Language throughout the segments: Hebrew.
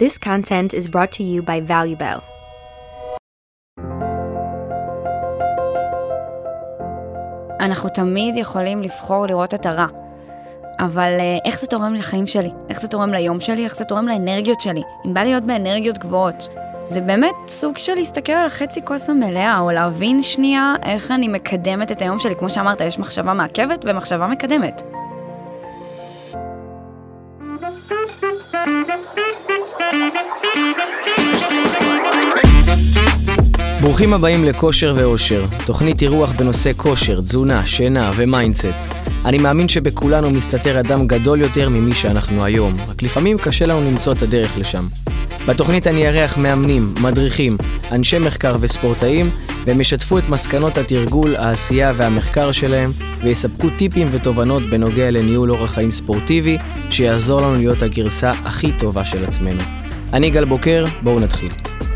This content is brought to you by ValueBell. אנחנו תמיד יכולים לבחור לראות את הרע. אבל איך זה תורם לחיים שלי? איך זה תורם ליום שלי? איך זה תורם לאנרגיות שלי? אם בא להיות באנרגיות גבוהות, זה באמת סוג של להסתכל על החצי כוס המלאה, או להבין שנייה איך אני מקדמת את היום שלי. כמו שאמרת, יש מחשבה מעכבת ומחשבה מקדמת. ברוכים הבאים לכושר ואושר, תוכנית אירוח בנושא כושר, תזונה, שינה ומיינדסט. אני מאמין שבכולנו מסתתר אדם גדול יותר ממי שאנחנו היום, רק לפעמים קשה לנו למצוא את הדרך לשם. בתוכנית אני ארח מאמנים, מדריכים, אנשי מחקר וספורטאים, והם ישתפו את מסקנות התרגול, העשייה והמחקר שלהם, ויספקו טיפים ותובנות בנוגע לניהול אורח חיים ספורטיבי, שיעזור לנו להיות הגרסה הכי טובה של עצמנו. אני גל בוקר, בואו נתחיל.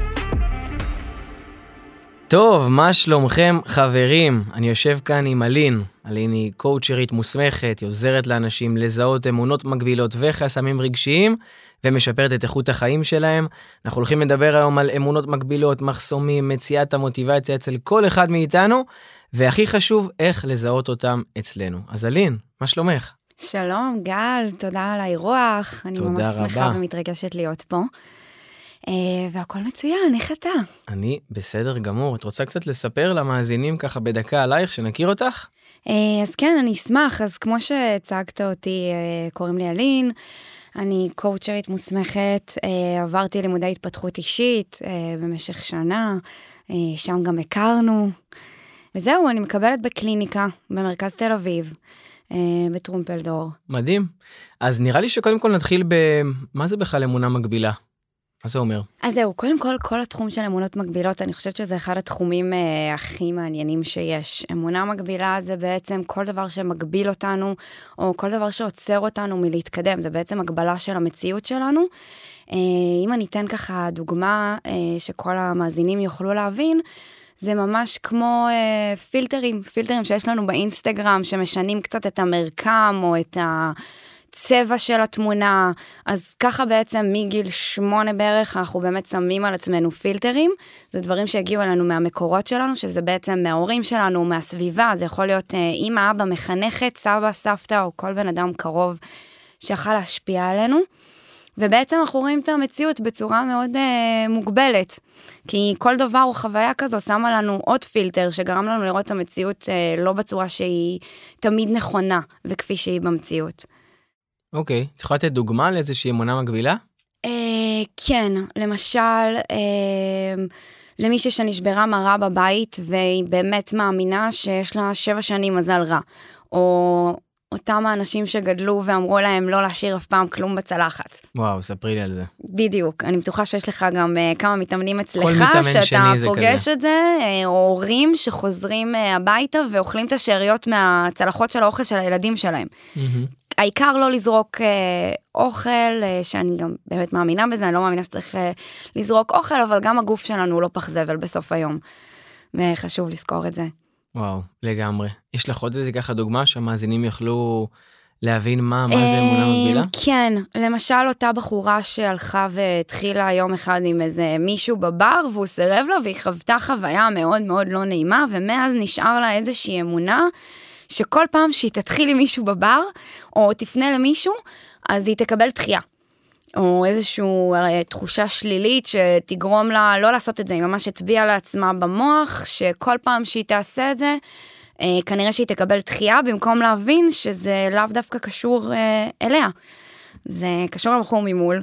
טוב, מה שלומכם חברים? אני יושב כאן עם אלין. אלין היא קואוצ'רית מוסמכת, היא עוזרת לאנשים לזהות אמונות מגבילות וחסמים רגשיים, ומשפרת את איכות החיים שלהם. אנחנו הולכים לדבר היום על אמונות מגבילות, מחסומים, מציאת המוטיבציה אצל כל אחד מאיתנו, והכי חשוב, איך לזהות אותם אצלנו. אז אלין, מה שלומך? שלום גל, תודה על האירוח. אני ממש שמחה ומתרגשת להיות פה. והכל מצוין, איך אתה? אני בסדר גמור. את רוצה קצת לספר למאזינים ככה בדקה עלייך, שנכיר אותך? אז כן, אני אשמח. אז כמו שהצגת אותי, קוראים לי אלין, אני קואוצ'רית מוסמכת, עברתי לימודי התפתחות אישית במשך שנה, שם גם הכרנו, וזהו, אני מקבלת בקליניקה במרכז תל אביב, בטרומפלדור. מדהים. אז נראה לי שקודם כל נתחיל מה זה בכלל אמונה מגבילה? מה זה אומר? אז זהו, קודם כל התחום של אמונות מגבילות, אני חושבת שזה אחד התחומים הכי מעניינים שיש. אמונה מגבילה זה בעצם כל דבר שמגביל אותנו, או כל דבר שעוצר אותנו מלהתקדם, זה בעצם הגבלה של המציאות שלנו. אם אני אתן ככה דוגמה שכל המאזינים יוכלו להבין, זה ממש כמו פילטרים שיש לנו באינסטגרם, שמשנים קצת את המרקם, או את צבע של התמונה, אז ככה בעצם מגיל 8 בערך אנחנו באמת שמים על עצמנו פילטרים, זה דברים שהגיעו אלינו מהמקורות שלנו, שזה בעצם מההורים שלנו, מהסביבה, זה יכול להיות אמא, אבא, מחנכת, סבא, סבתא, או כל בן אדם קרוב שיכול להשפיע עלינו, ובעצם אנחנו רואים את המציאות בצורה מאוד מוגבלת, כי כל דבר או חוויה כזו שמה לנו עוד פילטר, שגרם לנו לראות את המציאות לא בצורה שהיא תמיד נכונה, וכפי שהיא במציאות. אוקיי, את יכולה לתת דוגמה לאיזושהי אמונה מגבילה? כן, למשל, למישהי שנשברה מראה בבית, והיא באמת מאמינה שיש לה 7 שנים מזל רע, או אותם האנשים שגדלו ואמרו להם לא להשאיר אף פעם כלום בצלחת. וואו, ספרי לי על זה. בדיוק, אני בטוחה שיש לך גם כמה מתאמנים אצלך, שאתה פוגש את זה, או הורים שחוזרים הביתה ואוכלים את השאריות מהצלחות של האוכל של הילדים שלהם. העיקר לא לזרוק אוכל, שאני גם באמת מאמינה בזה, אני לא מאמינה שצריך לזרוק אוכל, אבל גם הגוף שלנו הוא לא פח זבל בסוף היום. וחשוב לזכור את זה. וואו, לגמרי. יש לך עוד איזה ככה דוגמה שהמאזינים יוכלו להבין מה זה אמונה מגבילה? כן, למשל אותה בחורה שהלכה והתחילה יום אחד עם איזה מישהו בבר, והוא סירב לה, והיא חוותה חוויה מאוד מאוד לא נעימה, ומאז נשאר לה איזושהי אמונה, שכל פעם שהיא תתחיל עם מישהו בבר, או תפנה למישהו, אז היא תקבל דחייה. או איזושהי תחושה שלילית שתגרום לה לא לעשות את זה, היא ממש הצביעה לעצמה במוח, שכל פעם שהיא תעשה את זה, כנראה שהיא תקבל דחייה, במקום להבין שזה לאו דווקא קשור אליה. זה קשור לבחור ממול,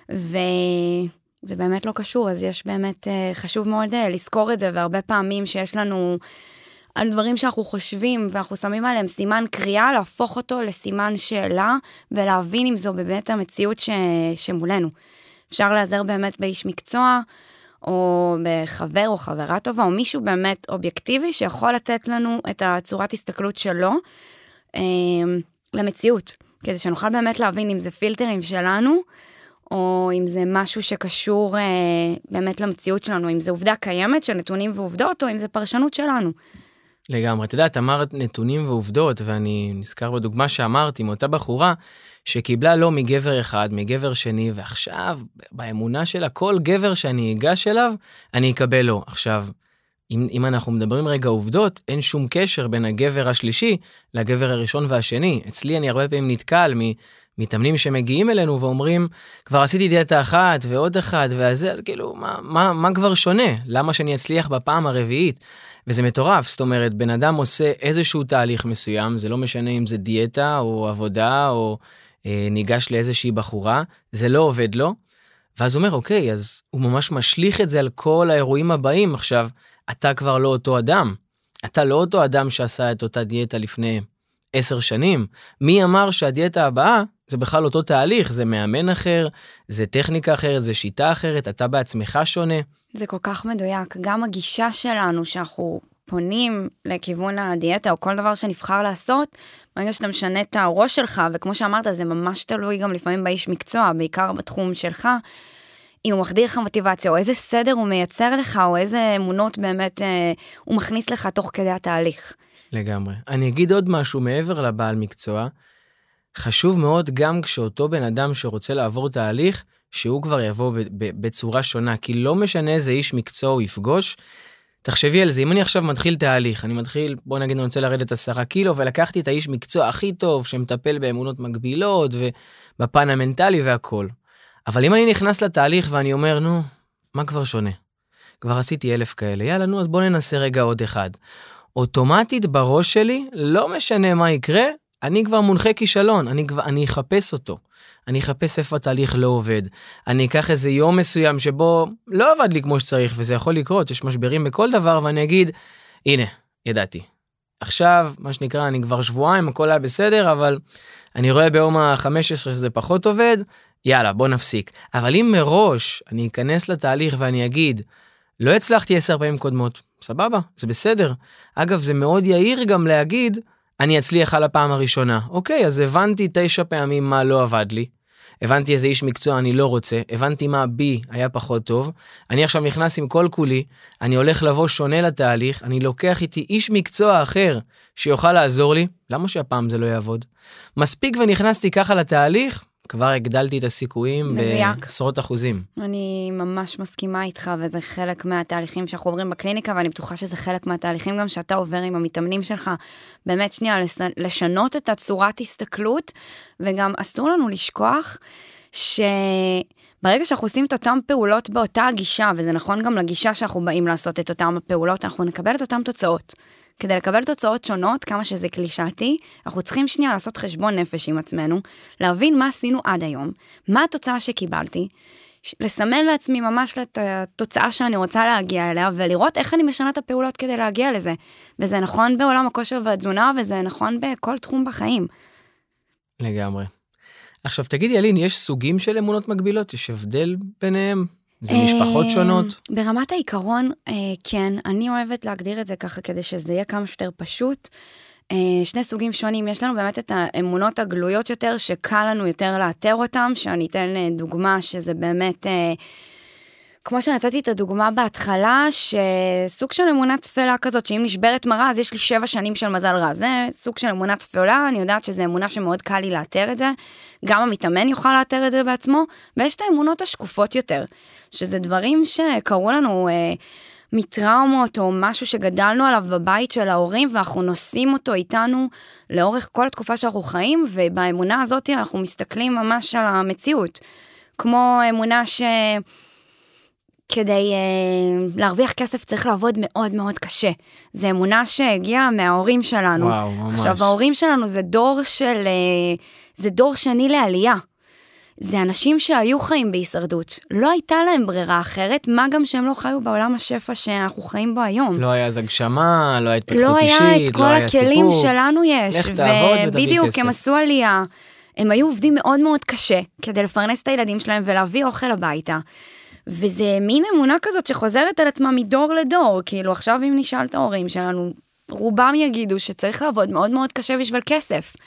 וזה באמת לא קשור, אז יש באמת חשוב מאוד לזכור את זה, והרבה פעמים שיש לנו על דברים שאנחנו חושבים, ואנחנו שמים עליהם סימן קריאה, להפוך אותו לסימן שאלה, ולהבין אם זו באמת המציאות שמולנו. אפשר לעזר באמת באיש מקצוע, או בחבר או חברה טובה, או מישהו באמת אובייקטיבי, שיכול לתת לנו את הצורת הסתכלות שלו, למציאות, כדי שנוכל באמת להבין אם זה פילטרים שלנו, או אם זה משהו שקשור באמת למציאות שלנו, אם זה עובדה קיימת של נתונים ועובדות, או אם זה פרשנות שלנו. לגמרי. אתה יודע, את אמרת נתונים ועובדות, ואני נזכר בדוגמה שאמרתי, מאותה בחורה, שקיבלה לא מגבר אחד, מגבר שני, ועכשיו, באמונה שלה, כל גבר שאני אגש אליו, אני אקבל לו. עכשיו, אם אנחנו מדברים רגע עובדות, אין שום קשר בין הגבר השלישי לגבר הראשון והשני. אצלי אני הרבה פעמים נתקל מתאמנים שמגיעים אלינו ואומרים, כבר עשיתי דיאטה אחת ועוד אחת, וזה, אז כאילו, מה כבר שונה? למה שאני אצליח בפעם הרביעית? וזה מטורף, זאת אומרת, בן אדם עושה איזשהו תהליך מסוים, זה לא משנה אם זה דיאטה או עבודה או ניגש לאיזושהי בחורה, זה לא עובד לו, ואז הוא אומר, אוקיי, אז הוא ממש משליך את זה על כל האירועים הבאים. עכשיו, אתה כבר לא אותו אדם, אתה לא אותו אדם שעשה את אותה דיאטה לפני 10 שנים, מי אמר שהדיאטה הבאה זה בכלל אותו תהליך, זה מאמן אחר, זה טכניקה אחרת, זה שיטה אחרת, אתה בעצמך שונה. זה כל כך מדויק, גם הגישה שלנו שאנחנו פונים לכיוון הדיאטה או כל דבר שנבחר לעשות, ברגע שאתה משנה את הראש שלך, וכמו שאמרת, זה ממש תלוי גם לפעמים באיש מקצוע, בעיקר בתחום שלך, אם הוא מחדיר לך מוטיבציה, או איזה סדר הוא מייצר לך, או איזה אמונות באמת הוא מכניס לך תוך כדי התהליך. לגמרי. אני אגיד עוד משהו מעבר לבעל מקצוע, חשוב מאוד גם כשאותו בן אדם שרוצה לעבור תהליך, שהוא כבר יבוא בצורה שונה, כי לא משנה איזה איש מקצוע הוא יפגוש, תחשבי על זה, אם אני עכשיו מתחיל תהליך, אני מתחיל, בוא נגיד, אני רוצה לרדת 10 קילו, ולקחתי את האיש מקצוע הכי טוב, שמטפל באמונות מגבילות, ובפן המנטלי והכל. אבל אם אני נכנס לתהליך ואני אומר, נו, מה כבר שונה? כבר עשיתי 1000 כאלה, יאללה, נו, אז בוא ננסה רגע עוד אחד. אוטומטית בראש שלי, לא משנה מה יקרה, אני כבר מונחה כישלון, אני אחפש אותו. אני אחפש איפה התהליך לא עובד. אני אקח איזה יום מסוים שבו לא עבד לי כמו שצריך, וזה יכול לקרות, יש משברים בכל דבר, ואני אגיד, הנה, ידעתי. עכשיו, מה שנקרא, אני כבר שבועיים, הכל היה בסדר, אבל אני רואה ביום ה-15 שזה פחות עובד, יאללה, בוא נפסיק. אבל אם מראש אני אכנס לתהליך ואני אגיד, לא הצלחתי 10 פעמים קודמות, סבבה, זה בסדר. אגב, זה מאוד יאיר גם להגיד, אני אצליח על הפעם הראשונה. אוקיי, אז הבנתי 9 פעמים מה לא עבד לי, הבנתי איזה איש מקצוע אני לא רוצה, הבנתי מה בי היה פחות טוב, אני עכשיו נכנס עם כל כולי, אני הולך לבוא שונה לתהליך, אני לוקח איתי איש מקצוע אחר שיוכל לעזור לי, למה שהפעם זה לא יעבוד? מספיק ונכנסתי ככה לתהליך, כבר הגדלתי את הסיכויים בעשרות אחוזים. אני ממש מסכימה איתך, וזה חלק מהתהליכים שאנחנו עוברים בקליניקה, ואני בטוחה שזה חלק מהתהליכים גם שאתה עובר עם המתאמנים שלך, באמת שנייה, לשנות את הצורת הסתכלות, וגם אסור לנו לשכוח שברגע שאנחנו עושים את אותם פעולות באותה הגישה, וזה נכון גם לגישה שאנחנו באים לעשות את אותם הפעולות, אנחנו נקבל את אותם תוצאות. כדי לקבל תוצאות שונות, כמה שזה קלישאתי, אנחנו צריכים שנייה לעשות חשבון נפש עם עצמנו, להבין מה עשינו עד היום, מה התוצאה שקיבלתי, לסמן לעצמי ממש את התוצאה שאני רוצה להגיע אליה, ולראות איך אני משנה את הפעולות כדי להגיע לזה. וזה נכון בעולם הכושר והתזונה, וזה נכון בכל תחום בחיים. לגמרי. עכשיו תגידי, אלין, יש סוגים של אמונות מגבילות? יש הבדל ביניהם? זה משפחות שונות? ברמת העיקרון, כן, אני אוהבת להגדיר את זה ככה, כדי שזה יהיה כמה שיותר פשוט. 2 סוגים שונים, יש לנו באמת את האמונות הגלויות יותר, שקל לנו יותר לאתר אותם, שאני אתן דוגמה שזה באמת, כמו שנתתי את הדוגמה בהתחלה, שסוג של אמונה תפלה כזאת, שאם נשברת מראה, אז יש לי 7 שנים של מזל רע. זה סוג של אמונה תפלה, אני יודעת שזו אמונה שמאוד קל לי לאתר את זה, גם המתאמן יוכל לאתר את זה בעצמו, ויש את האמונות השקופות יותר, שזה דברים שקרו לנו מטראומות, או משהו שגדלנו עליו בבית של ההורים, ואנחנו נושאים אותו איתנו לאורך כל התקופה שאנחנו חיים, ובאמונה הזאת אנחנו מסתכלים ממש על המציאות, כמו אמונה כדי להרוויח כסף צריך לעבוד מאוד מאוד קשה. זו אמונה שהגיעה מההורים שלנו. וואו, ממש. עכשיו, ההורים שלנו זה דור שני לעלייה. זה אנשים שהיו חיים בהישרדות. לא הייתה להם ברירה אחרת, מה גם שהם לא חיו בעולם השפע שאנחנו חיים בו היום. לא היה אז הגשמה, לא היה התפתחות לא אישית, היה את כל הכלים שלנו יש. לך תעבוד ותביא ובדיוק, כסף. הם עשו עלייה. הם היו עובדים מאוד מאוד קשה, כדי לפרנס את הילדים שלהם ולהביא אוכל הביתה. וזה מין אמונה כזאת שחוזרת על עצמה מדור לדור, כאילו עכשיו אם נשאל את ההורים שלנו, רובם יגידו שצריך לעבוד מאוד מאוד קשה בשביל כסף.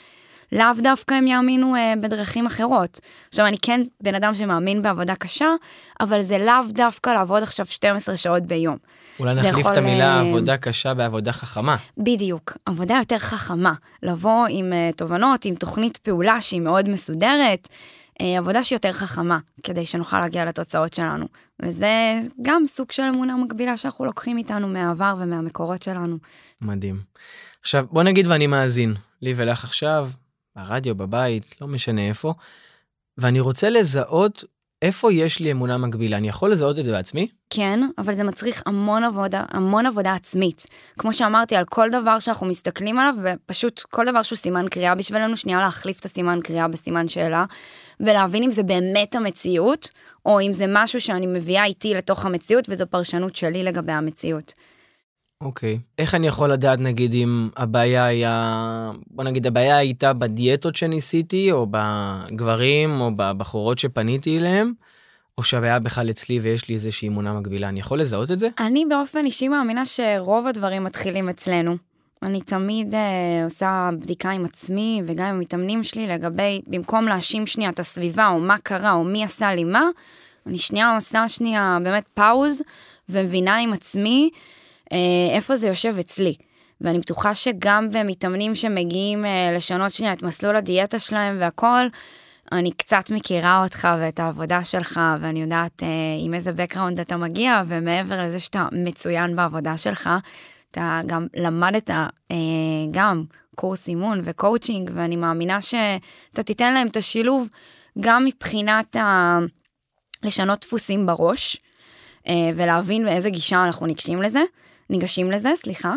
לאו דווקא הם יאמינו בדרכים אחרות. עכשיו, אני כן בן אדם שמאמין בעבודה קשה, אבל זה לאו דווקא לעבוד עכשיו 12 שעות ביום. אולי נחליף את המילה עבודה קשה בעבודה חכמה. בדיוק, עבודה יותר חכמה. לבוא עם תובנות, עם תוכנית פעולה שהיא מאוד מסודרת, עבודה שהיא יותר חכמה, כדי שנוכל להגיע לתוצאות שלנו. וזה גם סוג של אמונה מקבילה שאנחנו לוקחים איתנו מהעבר ומהמקורות שלנו. מדהים. עכשיו, בוא נגיד ואני מאזין, לי ולך עכשיו, ברדיו, בבית, לא משנה איפה, ואני רוצה לזהות איפה יש לי אמונה מקבילה. אני יכול לזהות את זה בעצמי? כן, אבל זה מצריך המון עבודה עצמית. כמו שאמרתי, על כל דבר שאנחנו מסתכלים עליו, ופשוט כל דבר שהוא סימן קריאה בשבילנו, שנייה להחליף את הסימן קריאה בסימן שאלה, ולהבין אם זה באמת המציאות, או אם זה משהו שאני מביאה איתי לתוך המציאות, וזו פרשנות שלי לגבי המציאות. אוקיי. איך אני יכול לדעת, נגיד, אם הבעיה היה, בוא נגיד, הבעיה הייתה בדיאטות שניסיתי, או בגברים, או בבחורות שפניתי אליהם, או שהבעיה בכלל אצלי ויש לי איזושהי אמונה מקבילה. אני יכול לזהות את זה? אני באופן אישי מאמינה שרוב הדברים מתחילים אצלנו. אני תמיד עושה בדיקה עם עצמי, וגם עם המתאמנים שלי, לגבי, במקום להאשים שנייה את הסביבה, או מה קרה, או מי עשה לי מה, אני עושה שנייה באמת פאוז, ומבינה עם עצמי, איפה זה יושב אצלי. ואני בטוחה שגם במתאמנים שמגיעים לשנות שנייה את מסלול הדיאטה שלהם והכל, אני קצת מכירה אותך ואת העבודה שלך, ואני יודעת עם איזה בקראונד אתה מגיע, ומעבר לזה שאתה מצוין בעבודה שלך, אתה גם למדת גם קורס אימון וקואוצ'ינג, ואני מאמינה שאתה תיתן להם את השילוב, גם מבחינת לשנות דפוסים בראש, ולהבין באיזה גישה אנחנו ניגשים לזה,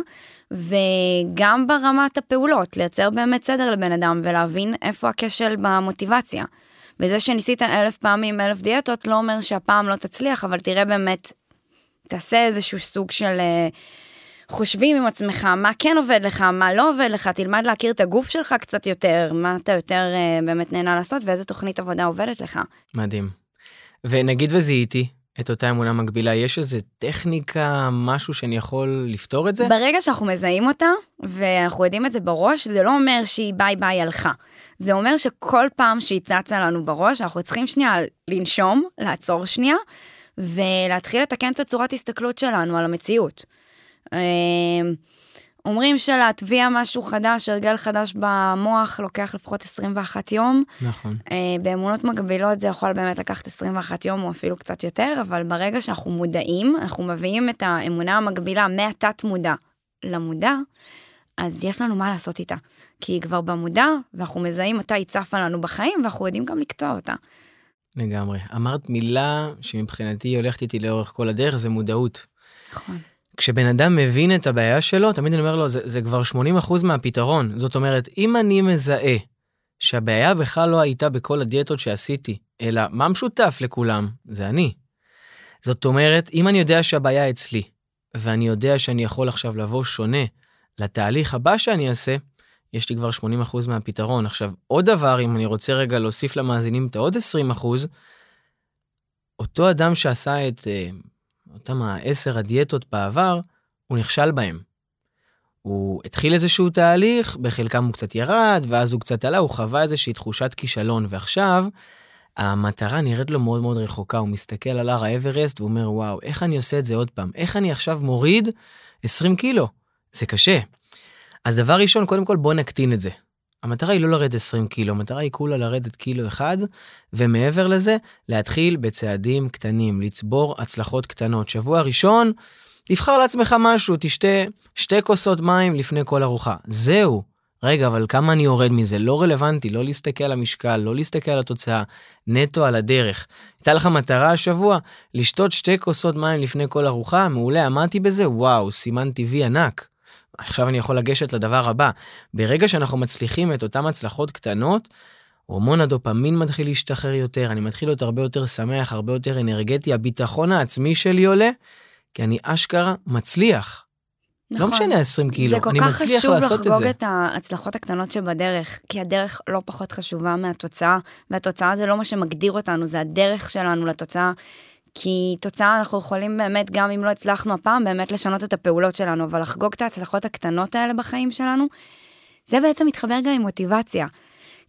וגם ברמת הפעולות, לייצר באמת סדר לבן אדם, ולהבין איפה הכשל במוטיבציה. וזה שניסית 1000 פעמים 1000 דיאטות, לא אומר שהפעם לא תצליח, אבל תראה באמת, תעשה איזשהו סוג של חושבים עם עצמך, מה כן עובד לך, מה לא עובד לך, תלמד להכיר את הגוף שלך קצת יותר, מה אתה יותר באמת נהנה לעשות, ואיזה תוכנית עבודה עובדת לך. מדהים. ונגיד וזיהיתי, את אותה אמונה מקבילה, יש איזה טכניקה, משהו שאני יכול לפתור את זה? ברגע שאנחנו מזהים אותה, ואנחנו יודעים את זה בראש, זה לא אומר שהיא ביי ביי הלכה. זה אומר שכל פעם שהיא צצה לנו בראש, אנחנו צריכים שנייה לנשום, לעצור שנייה, ולהתחיל לתקן את הצורת הסתכלות שלנו על המציאות. אומרים שלהטביע משהו חדש, הרגל חדש במוח, לוקח לפחות 21 יום. נכון. באמונות מקבילות זה יכול באמת לקחת 21 יום או אפילו קצת יותר, אבל ברגע שאנחנו מודעים, אנחנו מביאים את האמונה המקבילה מהתת מודע למודע, אז יש לנו מה לעשות איתה. כי היא כבר במודע, ואנחנו מזהים מתי היא צפה לנו בחיים, ואנחנו יודעים גם לקטוע אותה. לגמרי. אמרת מילה שמבחינתי היא הולכת איתי לאורך כל הדרך, זה מודעות. נכון. כשבן אדם מבין את הבעיה שלו, תמיד אני אומר לו, זה כבר 80% מהפתרון. זאת אומרת, אם אני מזהה שהבעיה בכלל לא הייתה בכל הדיאטות שעשיתי, אלא מה משותף לכולם? זה אני. זאת אומרת, אם אני יודע שהבעיה אצלי, ואני יודע שאני יכול עכשיו לבוא שונה לתהליך הבא שאני אעשה, יש לי כבר 80% מהפתרון. עכשיו, עוד דבר, אם אני רוצה רגע להוסיף למאזינים את העוד 20%, אותו אדם שעשה את אותם 10 הדיאטות בעבר, הוא נכשל בהם. הוא התחיל איזשהו תהליך, בחלקם הוא קצת ירד, ואז הוא קצת עלה, הוא חווה איזושהי תחושת כישלון, ועכשיו המטרה נראית לו מאוד מאוד רחוקה, הוא מסתכל על הר האברסט, והוא אומר, וואו, איך אני עושה את זה עוד פעם? איך אני עכשיו מוריד 20 קילו? זה קשה. אז דבר ראשון, קודם כל בוא נקטין את זה. המטרה היא לא לרדת 20 קילו, המטרה היא כולה לרדת קילו אחד, ומעבר לזה, להתחיל בצעדים קטנים, לצבור הצלחות קטנות. שבוע ראשון, תבחר לעצמך משהו, תשתה 2 כוסות מים לפני כל ארוחה. זהו. רגע, אבל כמה אני יורד מזה? לא רלוונטי, לא להסתכל על המשקל, לא להסתכל על התוצאה, נטו על הדרך. הייתה לך מטרה השבוע, לשתות 2 כוסות מים לפני כל ארוחה, מעולה, עמדתי בזה, וואו, סימן טבעי ענק. עכשיו אני יכול לגשת לדבר הבא. ברגע שאנחנו מצליחים את אותם הצלחות קטנות, הורמון הדופמין מתחיל להשתחרר יותר, אני מתחיל להיות הרבה יותר שמח, הרבה יותר אנרגטי, הביטחון העצמי שלי עולה, כי אני אשכרה מצליח. נכון. לא משנה 20 קילו, אני מצליח לעשות את זה. זה כל כך חשוב לחגוג את ההצלחות הקטנות שבדרך, כי הדרך לא פחות חשובה מהתוצאה, והתוצאה זה לא מה שמגדיר אותנו, זה הדרך שלנו לתוצאה, כי תוצאה אנחנו יכולים באמת, גם אם לא הצלחנו הפעם, באמת לשנות את הפעולות שלנו, אבל לחגוג את ההצלחות הקטנות האלה בחיים שלנו, זה בעצם מתחבר גם עם מוטיבציה.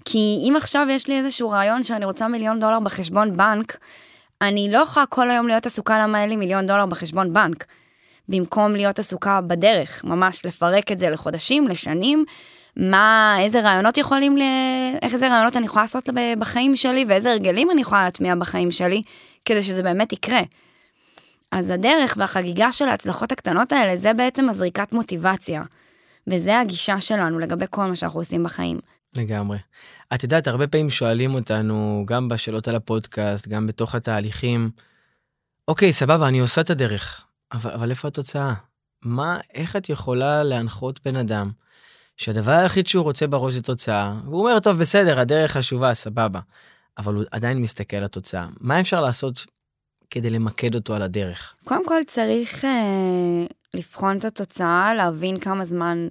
כי אם עכשיו יש לי איזשהו רעיון שאני רוצה $1,000,000 בחשבון בנק, אני לא יכולה כל היום להיות עסוקה למה אין לי $1,000,000 בחשבון בנק, במקום להיות עסוקה בדרך, ממש לפרק את זה לחודשים, לשנים, איזה רעיונות איזה רעיונות אני יכולה לעשות בחיים שלי, ואיזה הרגלים אני יכולה להטמיע בחיים שלי, כדי שזה באמת יקרה. אז הדרך והחגיגה של ההצלחות הקטנות האלה, זה בעצם הזריקת מוטיבציה, וזה הגישה שלנו לגבי כל מה שאנחנו עושים בחיים. לגמרי. את יודעת, הרבה פעמים שואלים אותנו, גם בשאלות על הפודקאסט, גם בתוך התהליכים, אוקיי, סבבה, אני עושה את הדרך, אבל איפה התוצאה? איך את יכולה להנחות בן אדם, שהדבר היחיד שהוא רוצה בראש זה תוצאה, והוא אומר, טוב, בסדר, הדרך חשובה, סבבה, אבל הוא עדיין מסתכל על התוצאה. מה אפשר לעשות כדי למקד אותו על הדרך? קודם כל צריך לבחון את התוצאה, להבין כמה זמן,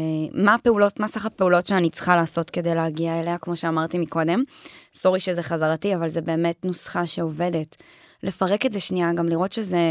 מה סך הפעולות שאני צריכה לעשות כדי להגיע אליה, כמו שאמרתי מקודם. סורי שזה חזרתי, אבל זה באמת נוסחה שעובדת. לפרק את זה שנייה, גם לראות שזה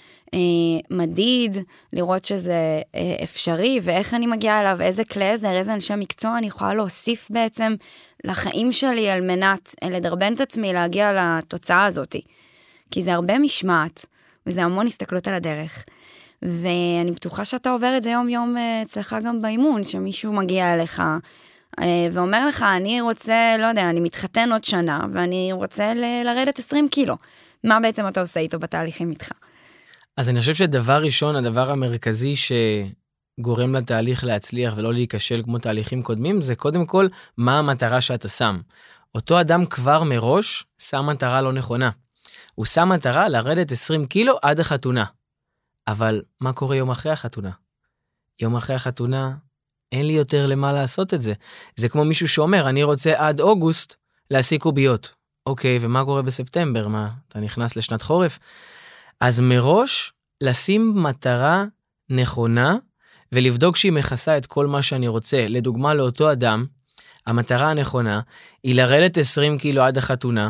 מדיד, לראות שזה אפשרי, ואיך אני מגיעה אליו, איזה כלי עזר, איזה אנשי מקצוע אני יכולה להוסיף בעצם לחיים שלי, על מנת לדרבן את עצמי להגיע לתוצאה הזאת. כי זה הרבה משמעת, וזה המון הסתכלות על הדרך. ואני בטוחה שאתה עובר את זה יום יום אצלך גם באימון, שמישהו מגיע אליך ואומר לך, אני רוצה, לא יודע, אני מתחתן עוד שנה, ואני רוצה לרדת 20 קילו. מה בעצם אתה עושה איתו בתהליכים איתך? אז אני חושב שדבר ראשון, הדבר המרכזי שגורם לתהליך להצליח ולא להיכשל כמו תהליכים קודמים, זה קודם כל מה המטרה שאתה שם. אותו אדם כבר מראש שם מטרה לא נכונה. הוא שם מטרה לרדת 20 קילו עד החתונה. אבל מה קורה יום אחרי החתונה? יום אחרי החתונה אין לי יותר למה לעשות את זה. זה כמו מישהו שאומר, אני רוצה עד אוגוסט להשיג קוביות. אוקיי, ומה קורה בספטמבר? מה, אתה נכנס לשנת חורף? אז מראש לשים מטרה נכונה, ולבדוק שהיא מכסה את כל מה שאני רוצה. לדוגמה, לאותו אדם, המטרה הנכונה היא לרדת 20 קילו עד החתונה,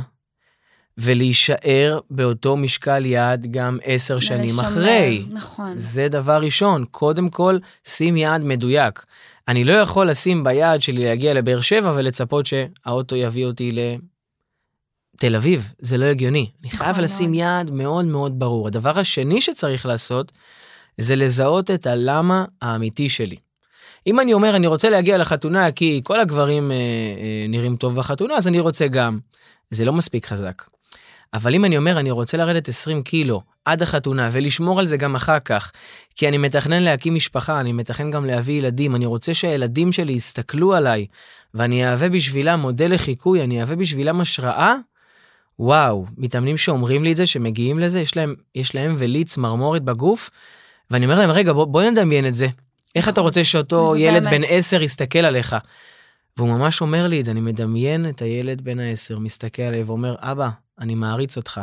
ולהישאר באותו משקל יעד גם 10 שנים אחרי. נכון. זה דבר ראשון. קודם כל, שים יעד מדויק. אני לא יכול לשים ביעד שלי להגיע לבאר שבע, ולצפות שהאוטו יביא אותי לתל אביב. זה לא הגיוני. אני חייב לשים יעד מאוד מאוד ברור. הדבר השני שצריך לעשות, זה לזהות את הלמה האמיתי שלי. אם אני אומר, אני רוצה להגיע לחתונה, כי כל הגברים נראים טוב בחתונה, אז אני רוצה גם. זה לא מספיק חזק. אבל אם אני אומר, אני רוצה לרדת 20 קילו עד החתונה, ולשמור על זה גם אחר כך, כי אני מתכנן להקים משפחה, אני מתכנן גם להביא ילדים, אני רוצה שהילדים שלי יסתכלו עליי, ואני אהווה בשבילה מודל לחיקוי, אני אהווה בשבילה השראה, וואו, מתאמנים שאומרים לי את זה, שמגיעים לזה, יש להם וליץ מרמורת בגוף, ואני אומר להם, רגע, בוא נדמיין את זה. איך אתה רוצה שאותו ילד בן 10 יסתכל עליך? והוא ממש אומר לי את זה, אני מדמיין את הילד בן 10, מסתכל עליי ואומר, אבא, אני מעריץ אותך.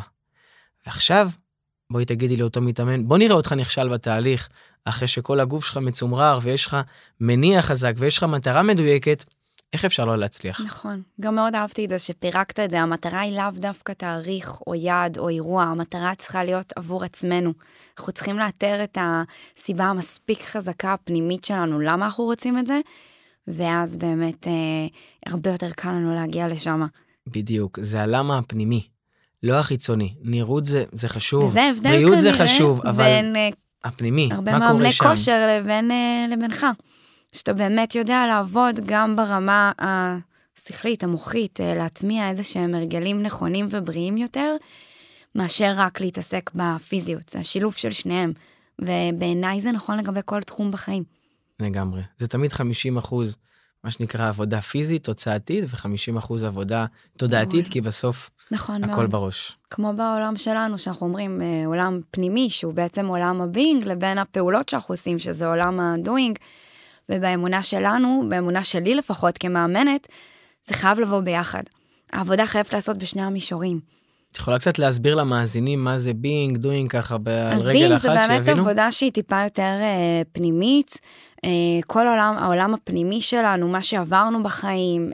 ועכשיו, בואי תגידי לאותו מתאמן, בוא נראה אותך נכשל בתהליך, אחרי שכל הגוף שלך מצומרר, ויש לך מניע חזק, ויש לך מטרה מדויקת, איך אפשר לא להצליח? נכון. גם מאוד אהבתי את זה שפירקת את זה, המטרה היא לאו דווקא תאריך או יעד או אירוע, המטרה צריכה להיות עבור עצמנו. אנחנו צריכים לאתר את הסיבה המספיק חזקה הפנימית שלנו, למה אנחנו רוצים את זה, ואז באמת הרבה יותר קל לנו להגיע לשם. בדיוק, זה הלמה הפנימי, לא החיצוני. נראות זה חשוב, וזה הבדל בריאות זה חשוב, אבל הפנימי, הרבה מה קורה שם? מאמני כושר לבינך, שאתה באמת יודע לעבוד גם ברמה השכלית, המוחית, להטמיע איזה שהם הרגלים נכונים ובריאים יותר, מאשר רק להתעסק בפיזיות. זה השילוב של שניהם, ובעיניי זה נכון לגבי כל תחום בחיים. לגמרי. זה תמיד 50%, מה שנקרא עבודה פיזית, תוצאתית, ו50% עבודה תודעתית, כי בסוף נכון הכל מאוד. בראש. כמו בעולם שלנו, שאנחנו אומרים עולם פנימי, שהוא בעצם עולם הבינג, לבין הפעולות שאנחנו עושים, שזה עולם הדוינג, ובאמונה שלנו, באמונה שלי לפחות כמאמנת, זה חייב לבוא ביחד. העבודה חייבת לעשות בשני המישורים. את יכולה קצת להסביר למאזינים מה זה בינג, דוינג ככה על רגל אחת אז שיבינו? בינג זה באמת עבודה שהיא טיפה יותר פנימית, כל העולם הפנימי שלנו, מה שעברנו בחיים,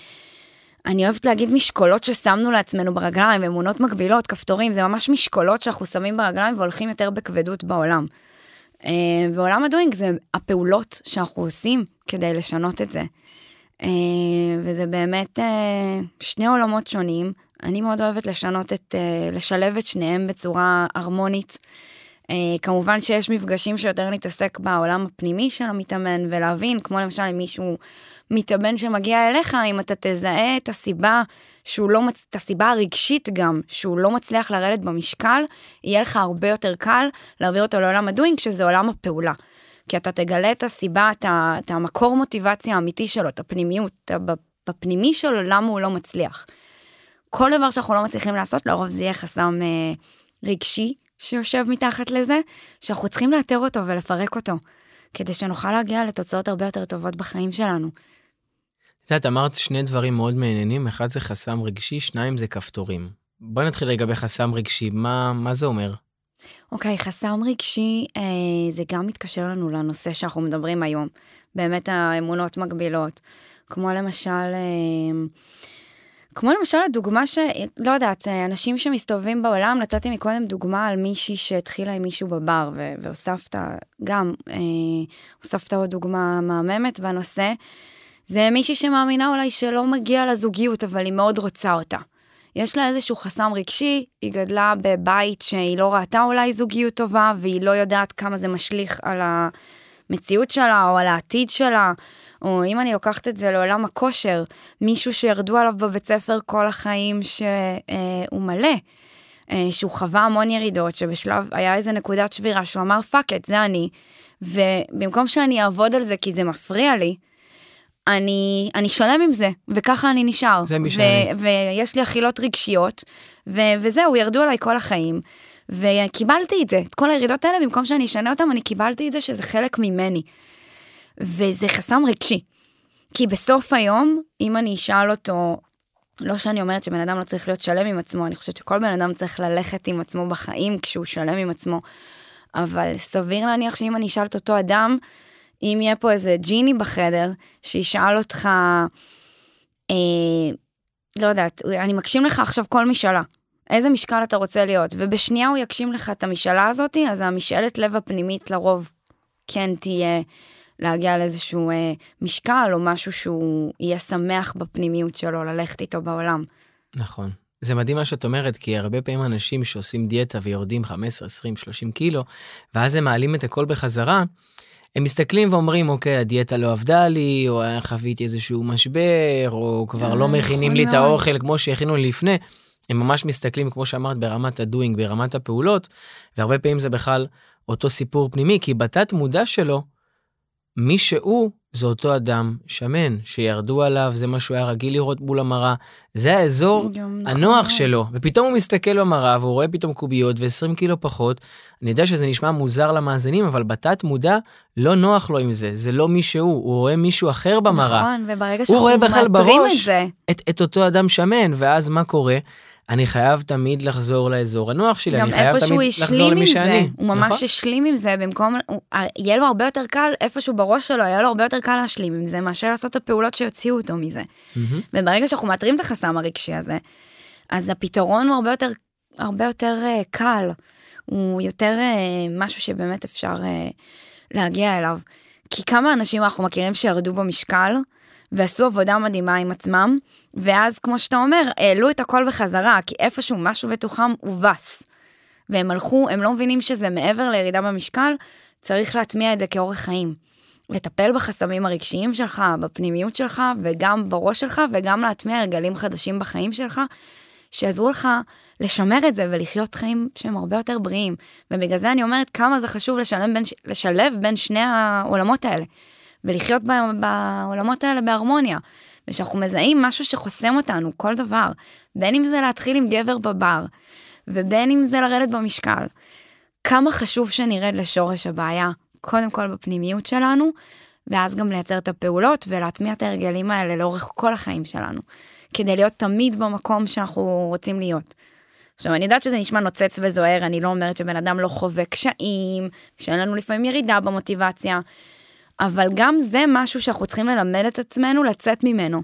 אני אוהבת להגיד משקולות ששמנו לעצמנו ברגליים, אמונות מקבילות, כפתורים, זה ממש משקולות שאנחנו שמים ברגליים והולכים יותר בכבדות בעולם. ועולם הדוינג זה הפעולות שאנחנו עושים כדי לשנות את זה. וזה באמת שני עולמות שונים. אני מאוד אוהבת לשלב את שניהם בצורה הרמונית. כמובן שיש מפגשים שיותר נתעסק בעולם הפנימי של המתאמן, ולהבין, כמו למשל אם מישהו מתאמן שמגיע אליך, אם אתה תזהה את הסיבה, את הסיבה הרגשית גם, שהוא לא מצליח לרדת במשקל, יהיה לך הרבה יותר קל להעביר אותו לעולם הדוינג, שזה עולם הפעולה. כי אתה תגלה את הסיבה, את המקור מוטיבציה האמיתי שלו, את הפנימיות, בפנימי שלו, למה הוא לא מצליח. כל דבר שאנחנו לא מצליחים לעשות, לרוב זה יהיה חסם רגשי, שיושב מתחת לזה, שאנחנו צריכים לאתר אותו ולפרק אותו, כדי שנוכל להגיע לתוצאות הרבה יותר טובות בחיים שלנו. את אמרת שני דברים מאוד מעניינים, אחד זה חסם רגשי, שניים זה כפתורים. בואי נתחיל לגבי חסם רגשי, מה זה אומר? אוקיי, חסם רגשי, זה גם מתקשר לנו לנושא שאנחנו מדברים היום, באמת האמונות מגבילות, כמו למשל הדוגמה לא יודעת, אנשים שמסתובבים בעולם, נתתי מקודם דוגמה על מישהי שהתחילה עם מישהו בבר, והוספת גם, הוספת עוד דוגמה מהממת בנושא, זה מישהי שמאמינה אולי שלא מגיע לזוגיות, אבל היא מאוד רוצה אותה. יש לה איזשהו חסם רגשי, היא גדלה בבית שהיא לא ראתה אולי זוגיות טובה, והיא לא יודעת כמה זה משליך על המציאות שלה, או על העתיד שלה, או אם אני לוקחת את זה לעולם הכושר, מישהו שירדו עליו בבית ספר כל החיים שהוא מלא, שהוא חווה המון ירידות, שבשלב היה איזה נקודת שבירה, שהוא אמר פאק את, זה אני, ובמקום שאני אעבוד על זה כי זה מפריע לי, אני שלם עם זה, וככה אני נשאר. זה משנה. ויש לי אכילות רגשיות, וזהו, ירדו עליי כל החיים, וקיבלתי את זה, את כל הירידות האלה, במקום שאני אשנה אותם, אני קיבלתי את זה שזה חלק ממני. וזה חסם רגשי. כי בסוף היום, אם אני אשאל אותו, לא שאני אומרת שבן אדם לא צריך להיות שלם עם עצמו, אני חושבת שכל בן אדם צריך ללכת עם עצמו בחיים, כשהוא שלם עם עצמו, אבל סביר להניח שאם אני אשאל את אותו אדם, אם יהיה פה איזה ג'יני בחדר, שישאל אותך, לא יודעת, אני מקשים לך עכשיו כל משאלה, איזה משקל אתה רוצה להיות, ובשנייה הוא יקשים לך את המשאלה הזאת, אז המשאלת לב הפנימית לרוב כן תהיה להגיע לאיזשהו משקל, או משהו שהוא יהיה שמח בפנימיות שלו, ללכת איתו בעולם. נכון. זה מדהים מה שאת אומרת, כי הרבה פעמים אנשים שעושים דיאטה ויורדים 15, 20, 30 קילו, ואז הם מעלים את הכל בחזרה, הם מסתכלים ואומרים, אוקיי, הדיאטה לא עבדה לי, או חוויתי איזשהו משבר, או כבר לא מכינים לי את האוכל כמו שהכינו לי לפני. הם ממש מסתכלים, כמו שאמרת, ברמת הדוינג, ברמת הפעולות, והרבה פעמים זה בכלל אותו סיפור פנימי, כי בתת מודע שלו, מי שהוא, זה אותו אדם שמן, שירדו עליו, זה מה שהוא היה רגיל לראות מול המראה, זה האזור הנוח שלו, ופתאום הוא מסתכל במראה, והוא רואה פתאום קוביות, ו20 קילו פחות, אני יודע שזה נשמע מוזר למאזינים, אבל בתת מודע, לא נוח לו עם זה, זה לא מי שהוא, הוא רואה מישהו אחר במראה, נכון, וברגע שאנחנו מאתרים את זה, את אותו אדם שמן, ואז מה קורה? אני חייב תמיד לחזור לאזור הנוח שלי, אני חייב תמיד לחזור למי שאני. הוא ממש השלים עם זה, במקום, יהיה לו הרבה יותר קל, איפשהו בראש שלו, יהיה לו הרבה יותר קל להשלים עם זה, מאשר לעשות את הפעולות שיוציאו אותו מזה. וברגע שאנחנו מאתרים את החסם הרגשי הזה, אז הפתרון הוא הרבה יותר קל, הוא יותר משהו שבאמת אפשר להגיע אליו. כי כמה אנשים אנחנו מכירים שירדו במשקל, ועשו עבודה מדהימה עם עצמם, ואז כמו שאתה אומר, העלו את הכל בחזרה, כי איפשהו משהו בתוכם הובס, והם הלכו, הם לא מבינים שזה מעבר לירידה במשקל, צריך להטמיע את זה כאורח חיים, לטפל בחסמים הרגשיים שלך, בפנימיות שלך, וגם בראש שלך, וגם להטמיע הרגלים חדשים בחיים שלך, שיעזרו לך לשמר את זה, ולחיות חיים שהם הרבה יותר בריאים, ובגלל זה אני אומרת כמה זה חשוב לשלב בין שני העולמות האלה, ולחיות בעולמות האלה בהרמוניה, ושאנחנו מזהים משהו שחוסם אותנו, כל דבר, בין אם זה להתחיל עם גבר בבר, ובין אם זה לרדת במשקל, כמה חשוב שנרד לשורש הבעיה, קודם כל בפנימיות שלנו, ואז גם לייצר את הפעולות, ולהטמיע את הרגלים האלה לאורך כל החיים שלנו, כדי להיות תמיד במקום שאנחנו רוצים להיות. עכשיו, אני יודעת שזה נשמע נוצץ וזוהר, אני לא אומרת שבן אדם לא חווה קשיים, שאין לנו לפעמים ירידה במוטיבציה, אבל גם זה משהו שאנחנו צריכים ללמד את עצמנו, לצאת ממנו.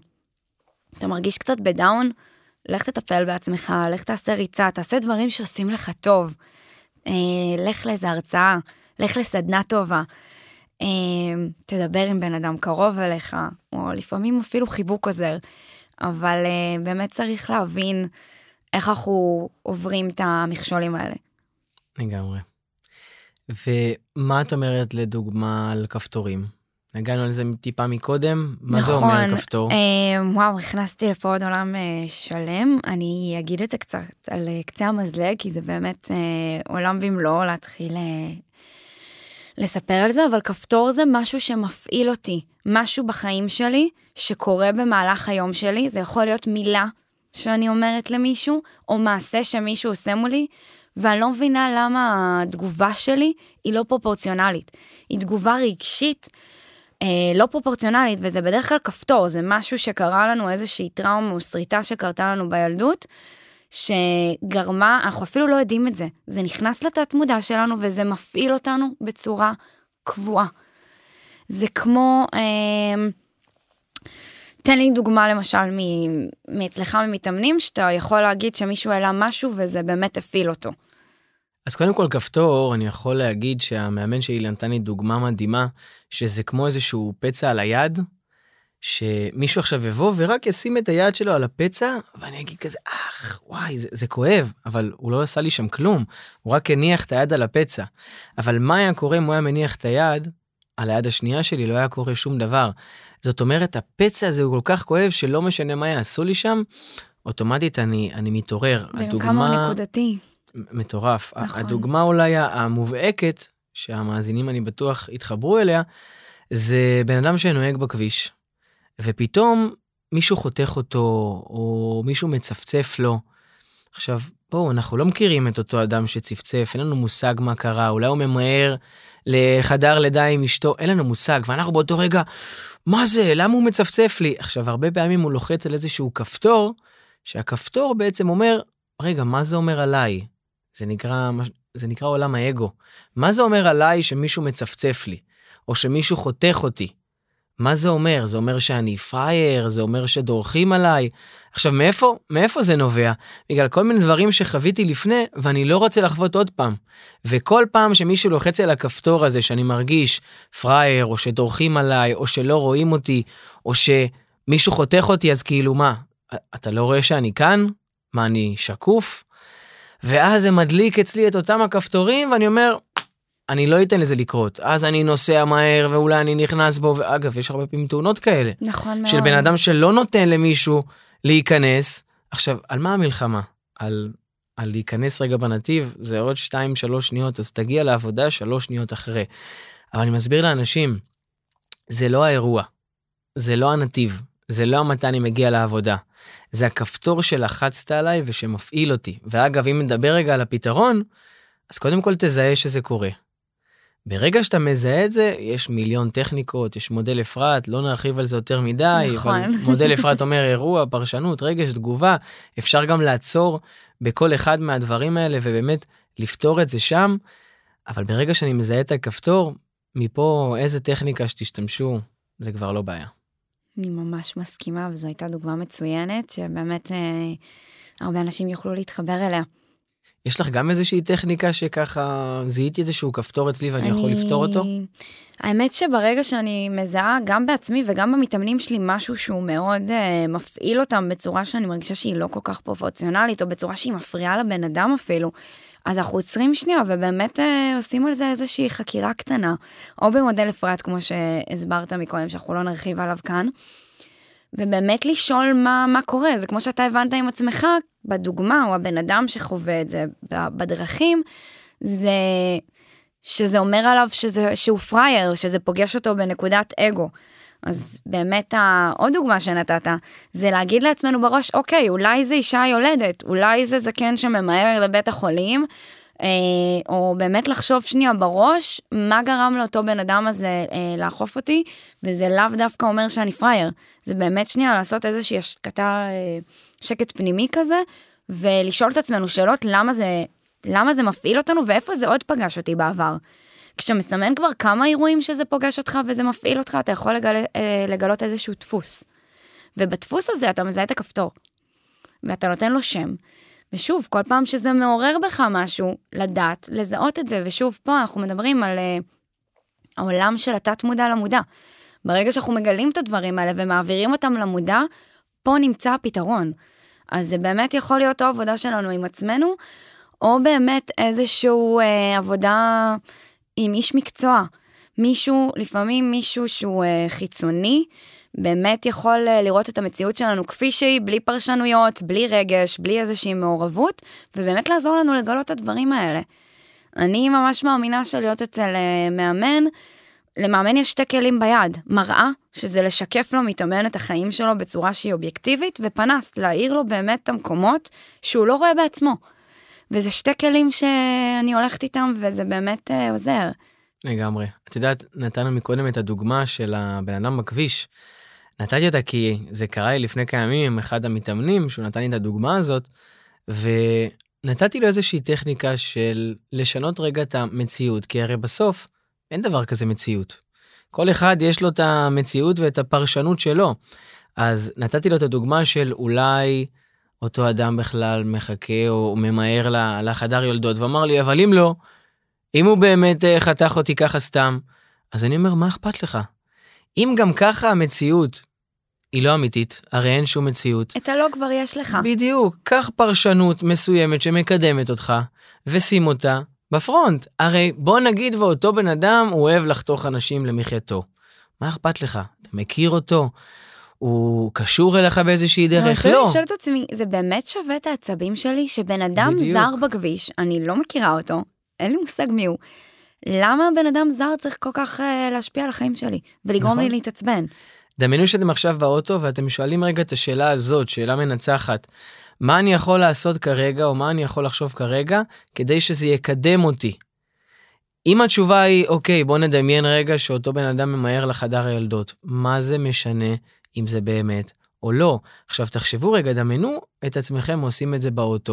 אתה מרגיש קצת בדאון? לך תטפל בעצמך, לך תעשה ריצה, תעשה דברים שעושים לך טוב. לך לאיזו הרצאה, לך לסדנה טובה. תדבר עם בן אדם קרוב אליך, או לפעמים אפילו חיבוק עוזר, אבל באמת צריך להבין איך אנחנו עוברים את המכשולים האלה. לגמרי. ומה את אומרת לדוגמה על כפתורים? הגענו על זה טיפה מקודם, מה זה אומר כפתור? וואו, הכנסתי לפה עוד עולם שלם, אני אגיד את זה קצת על קצה המזלג, כי זה באמת עולם במלואו להתחיל לספר על זה, אבל כפתור זה משהו שמפעיל אותי, משהו בחיים שלי שקורה במהלך היום שלי, זה יכול להיות מילה שאני אומרת למישהו, או מעשה שמישהו עושה מולי, ואני לא מבינה למה התגובה שלי היא לא פרופורציונלית, היא תגובה רגשית, לא פרופורציונלית, וזה בדרך כלל כפתור, זה משהו שקרה לנו איזושהי טראומה או שריטה שקרתה לנו בילדות, שגרמה, אנחנו אפילו לא יודעים את זה, זה נכנס לתת מודע שלנו, וזה מפעיל אותנו בצורה קבועה. זה כמו, תן לי דוגמה למשל מאצלך ממתאמנים, שאתה יכול להגיד שמישהו העלה משהו, וזה באמת הפעיל אותו. אז קודם כל כפתור, אני יכול להגיד שהמאמן שלי נתן לי דוגמה מדהימה, שזה כמו איזשהו פצע על היד, שמישהו עכשיו יבוא ורק ישים את היד שלו על הפצע, ואני אגיד כזה, וואי, זה כואב, אבל הוא לא עשה לי שם כלום, הוא רק הניח את היד על הפצע. אבל מה היה קורה אם הוא היה מניח את היד על היד השנייה שלי, לא היה קורה שום דבר. זאת אומרת, הפצע הזה הוא כל כך כואב, שלא משנה מה יעשו לי שם, אוטומטית אני מתעורר. כמה הוא נקודתי. מטורף. נכון. הדוגמה אולי המובהקת, שהמאזינים אני בטוח התחברו אליה, זה בן אדם שנוהג בכביש, ופתאום מישהו חותך אותו, או מישהו מצפצף לו. עכשיו, בואו, אנחנו לא מכירים את אותו אדם שצפצף, אין לנו מושג מה קרה, אולי הוא ממהר לחדר לידה עם אשתו, אין לנו מושג, ואנחנו באותו רגע, מה זה? למה הוא מצפצף לי? עכשיו, הרבה פעמים הוא לוחץ על איזשהו כפתור, שהכפתור בעצם אומר, רגע, מה זה אומר עליי? זה נקרא עולם האגו. מה זה אומר עליי שמישהו מצפצף לי? או שמישהו חותך אותי? מה זה אומר? זה אומר שאני פרייר, זה אומר שדורכים עליי. עכשיו, מאיפה זה נובע? בגלל כל מיני דברים שחוויתי לפני, ואני לא רוצה לחוות עוד פעם. וכל פעם שמישהו לוחץ על הכפתור הזה, שאני מרגיש פרייר, או שדורכים עליי, או שלא רואים אותי, או שמישהו חותך אותי, אז כאילו מה? אתה לא רואה שאני כאן? מה, אני שקוף? ואז זה מדליק אצלי את אותם הכפתורים, ואני אומר, אני לא אתן לזה לקרות. אז אני נוסע מהר, ואולי אני נכנס בו, ואגב, יש הרבה פעמים תאונות כאלה. נכון מאוד. של בן אדם שלא נותן למישהו להיכנס. עכשיו, על מה המלחמה? על להיכנס רגע בנתיב, זה עוד 2-3 שניות, אז תגיע לעבודה 3 שניות אחרי. אבל אני מסביר לאנשים, זה לא האירוע, זה לא הנתיב, זה לא מתי אני מגיע לעבודה. זה הכפתור שלחצת עליי ושמפעיל אותי. ואגב, אם נדבר רגע על הפתרון, אז קודם כל תזהה שזה קורה. ברגע שאתה מזהה את זה, יש מיליון טכניקות, יש מודל אפרת, לא נרחיב על זה יותר מדי, נכון. אבל מודל אפרת אומר אירוע, פרשנות, רגש, תגובה, אפשר גם לעצור בכל אחד מהדברים האלה, ובאמת לפתור את זה שם, אבל ברגע שאני מזהה את הכפתור, מפה איזה טכניקה שתשתמשו, זה כבר לא בעיה. אני ממש מסכימה, וזו הייתה דוגמה מצוינת, שבאמת הרבה אנשים יוכלו להתחבר אליה. יש לך גם איזושהי טכניקה שככה זיהיתי איזשהו כפתור אצלי ואני יכול לפתור אותו? האמת שברגע שאני מזהה גם בעצמי וגם במתאמנים שלי משהו שהוא מאוד מפעיל אותם בצורה שאני מרגישה שהיא לא כל כך פרופורציונלית, או בצורה שהיא מפריעה לבן אדם אפילו, אז אנחנו עוצרים שנייה ובאמת עושים על זה איזושהי חקירה קטנה, או במודל אפרת כמו שהסברת מקודם שאנחנו לא נרחיב עליו כאן, ובאמת לשאול מה קורה, זה כמו שאתה הבנת עם עצמך, בדוגמה, או הבן אדם שחווה את זה בדרכים, זה שזה אומר עליו שהוא פרייר, שזה פוגש אותו בנקודת אגו. אז באמת עוד דוגמה שנתת, זה להגיד לעצמנו בראש, אוקיי, אולי זה אישה יולדת, אולי זה זקן שממהר לבית החולים, או באמת לחשוב שנייה בראש, מה גרם לאותו בן אדם הזה לאכוף אותי, וזה לאו דווקא אומר שאני פרייר, זה באמת שנייה לעשות איזושהי שקט פנימי כזה, ולשאול את עצמנו שאלות למה זה מפעיל אותנו, ואיפה זה עוד פגש אותי בעבר. כשמסמן כבר כמה אירועים שזה פוגש אותך וזה מפעיל אותך, אתה יכול לגלות איזשהו דפוס. ובדפוס הזה אתה מזהה את הכפתור, ואתה נותן לו שם. ושוב, כל פעם שזה מעורר בך משהו, לדעת, לזהות את זה, ושוב, פה אנחנו מדברים על העולם של התת מודע למודע. ברגע שאנחנו מגלים את הדברים האלה ומעבירים אותם למודע, פה נמצא הפתרון. אז זה באמת יכול להיות או עבודה שלנו עם עצמנו, או באמת איזשהו עבודה עם איש מקצוע. לפעמים מישהו שהוא חיצוני, באמת יכול לראות את המציאות שלנו כפי שהיא, בלי פרשנויות, בלי רגש, בלי איזושהי מעורבות, ובאמת לעזור לנו לגלות את הדברים האלה. אני ממש מאמינה שלהיות אצל מאמן, למאמן יש 2 כלים ביד, מראה, שזה לשקף לו מתאמן את החיים שלו בצורה שהיא אובייקטיבית, ופנס, להעיר לו באמת את המקומות שהוא לא רואה בעצמו. וזה 2 כלים שאני הולכת איתם, וזה באמת עוזר. לגמרי. את יודעת, נתנו מקודם את הדוגמה של הבן אדם בכביש. נתתי אותה כי זה קרה לי לפני כמה ימים עם אחד המתאמנים, שהוא נתן לי את הדוגמה הזאת, ונתתי לו איזושהי טכניקה של לשנות רגע את המציאות, כי הרי בסוף אין דבר כזה מציאות. כל אחד יש לו את המציאות ואת הפרשנות שלו. אז נתתי לו את הדוגמה של אולי אותו אדם בכלל מחכה או ממהר לחדר יולדות, ואמר לי, אבל אם לא, אם הוא באמת חתך אותי ככה סתם, אז אני אומר, מה אכפת לך? אם גם ככה המציאות היא לא אמיתית, הרי אין שום מציאות. את הלא כבר יש לך. בדיוק, קח פרשנות מסוימת שמקדמת אותך, ושים אותה בפרונט. הרי בוא נגיד ואותו בן אדם הוא אוהב לחתוך אנשים למחייתו. מה אכפת לך? אתה מכיר אותו? הוא קשור אליך באיזושהי דרך? לא. אני שואלת עצמי, זה באמת שווה את העצבים שלי, שבן אדם זר בכביש, אני לא מכירה אותו, אין לי מושג מי הוא. למה בן אדם זר צריך כל כך להשפיע על החיים שלי, ולגרום לי להתעצבן? דמיינו שאתם עכשיו באוטו, ואתם שואלים רגע את השאלה הזאת, שאלה מנצחת, מה אני יכול לעשות כרגע, או מה אני יכול לחשוב כרגע, כדי שזה יקדם אותי? אם התשובה היא, אוקיי, בוא נדמיין רגע שאותו בן אדם ממהר לחדר הילדות, מה זה משנה אם זה באמת או לא? עכשיו תחשבו רגע, דמיינו את עצמכם עושים את זה באוטו.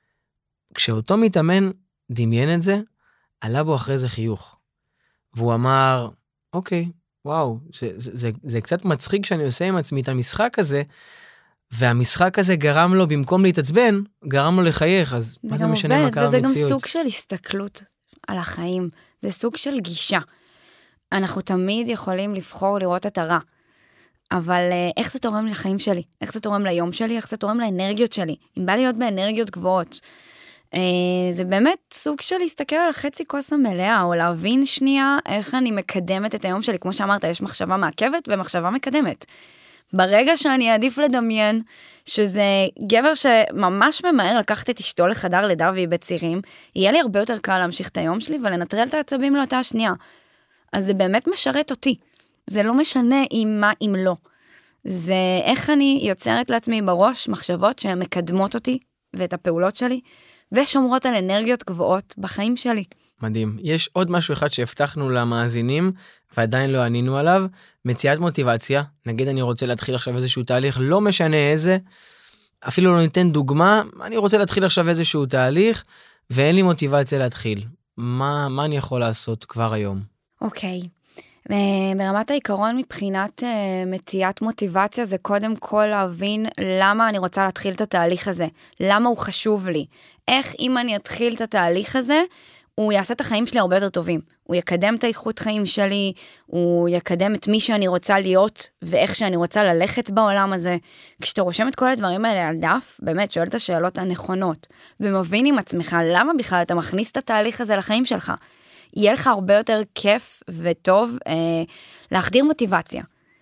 כשאותו מתאמן דמיין את זה, עלה בו אחרי זה חיוך. והוא אמר, אוקיי, וואו, זה קצת מצחיק שאני עושה עם עצמי את המשחק הזה, והמשחק הזה גרם לו, במקום להתעצבן, גרם לו לחייך, אז מה זה משנה מה קרה במציאות? וזה גם סוג של הסתכלות על החיים, זה סוג של גישה. אנחנו תמיד יכולים לבחור לראות את הרע, אבל איך זה תורם לחיים שלי? איך זה תורם ליום שלי? איך זה תורם לאנרגיות שלי? אם בא להיות באנרגיות גבוהות, זה באמת סוג של להסתכל על חצי כוס המלאה, או להבין שנייה איך אני מקדמת את היום שלי. כמו שאמרת, יש מחשבה מעכבת ומחשבה מקדמת. ברגע שאני אעדיף לדמיין שזה גבר שממש ממהר לקחת את אשתו לחדר לידה והיא בצירים, יהיה לי הרבה יותר קל להמשיך את היום שלי ולנטרל את העצבים לאותה השנייה. אז זה באמת משרת אותי. זה לא משנה אם לא. זה איך אני יוצרת לעצמי בראש מחשבות שהן מקדמות אותי ואת הפעולות שלי, ושומרות על אנרגיות גבוהות בחיים שלי. מדהים. יש עוד משהו אחד שהבטחנו למאזינים, ועדיין לא ענינו עליו, מציאת מוטיבציה. נגיד אני רוצה להתחיל עכשיו איזשהו תהליך, לא משנה איזה, אפילו לא ניתן דוגמה, אני רוצה להתחיל עכשיו איזשהו תהליך, ואין לי מוטיבציה להתחיל. מה אני יכול לעשות כבר היום? אוקיי. ברמת העיקרון מבחינת מציאת מוטיבציה, זה קודם כל להבין למה אני רוצה להתחיל את התהליך הזה, למה הוא חשוב לי, איך אם אני אתחיל את התהליך הזה, הוא יעשה את החיים שלי הרבה יותר טובים, הוא יקדם את האיכות חיים שלי, הוא יקדם את מי שאני רוצה להיות, ואיך שאני רוצה ללכת בעולם הזה. כשאתה רושם את כל הדברים האלה על דף, באמת שואל את השאלות הנכונות, ומבין עם עצמך למה בכלל אתה מכניס את התהליך הזה לחיים שלך. יהיה לך הרבה יותר כיף וטוב להחדיר מוטיבציה.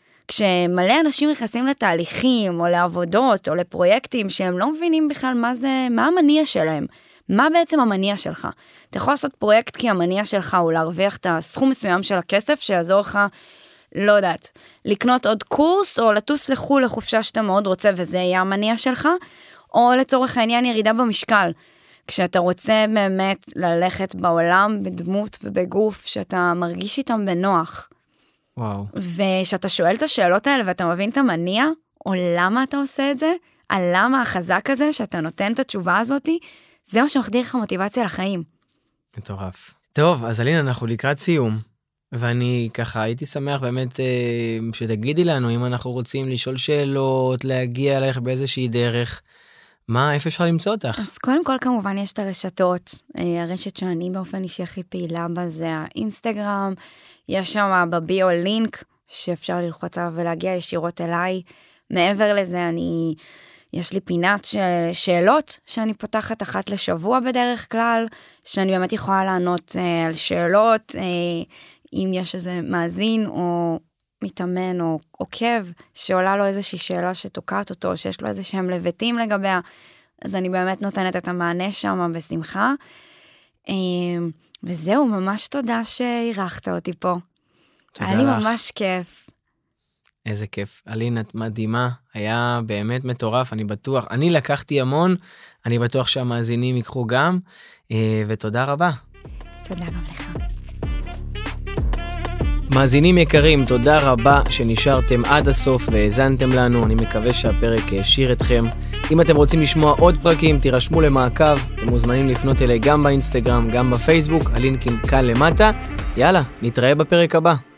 כשמלא אנשים נכנסים לתהליכים או לעבודות או לפרויקטים שהם לא מבינים בכלל מה המניע שלהם, מה בעצם המניע שלך. אתה יכול לעשות פרויקט כי המניע שלך הוא להרוויח את הסכום מסוים של הכסף שיעזור לך, לא יודעת, לקנות עוד קורס או לטוס לחו"ל לחופשה שאתה מאוד רוצה וזה יהיה המניע שלך, או לצורך העניין ירידה במשקל. כשאתה רוצה באמת ללכת בעולם בדמות ובגוף שאתה מרגיש איתם בנוח. וואו. ושאתה שואל את השאלות האלה ואתה מבין את המניע, או למה אתה עושה את זה, על למה החזק הזה שאתה נותן את התשובה הזאת, זה מה שמחדיר לך מוטיבציה לחיים. מטורף. טוב, אז אלינה, אנחנו לקראת סיום, ואני ככה הייתי שמח באמת שתגידי לנו אם אנחנו רוצים לשאול שאלות, להגיע אליך באיזושהי דרך, איפה אפשר למצוא אותך? אז קודם כל כמובן יש את הרשתות, הרשת שאני באופן אישי הכי פעילה בה זה האינסטגרם, יש שם בביו לינק שאפשר ללחוץ עליו ולהגיע ישירות אליי, מעבר לזה יש לי פינת שאלות שאני פותחת אחת לשבוע בדרך כלל, שאני באמת יכולה לענות על שאלות, אם יש איזה מאזין או מתאמן או עוקב, שעולה לו איזושהי שאלה שתוקעת אותו, שיש לו איזה שהם לבטים לגביה, אז אני באמת נותנת את המענה שם בשמחה. וזהו, ממש תודה שהירחת אותי פה. היה לי ממש כיף. איזה כיף. אלין, את מדהימה, היה באמת מטורף, אני בטוח. אני לקחתי המון, אני בטוח שהמאזינים ייקחו גם, ותודה רבה. תודה גם לך. מאזינים יקרים, תודה רבה שנשארתם עד הסוף והאזנתם לנו, אני מקווה שהפרק השאיר אתכם. אם אתם רוצים לשמוע עוד פרקים, תירשמו למעקב, אתם מוזמנים לפנות אליי גם באינסטגרם, גם בפייסבוק, הלינקים כאן למטה. יאללה, נתראה בפרק הבא.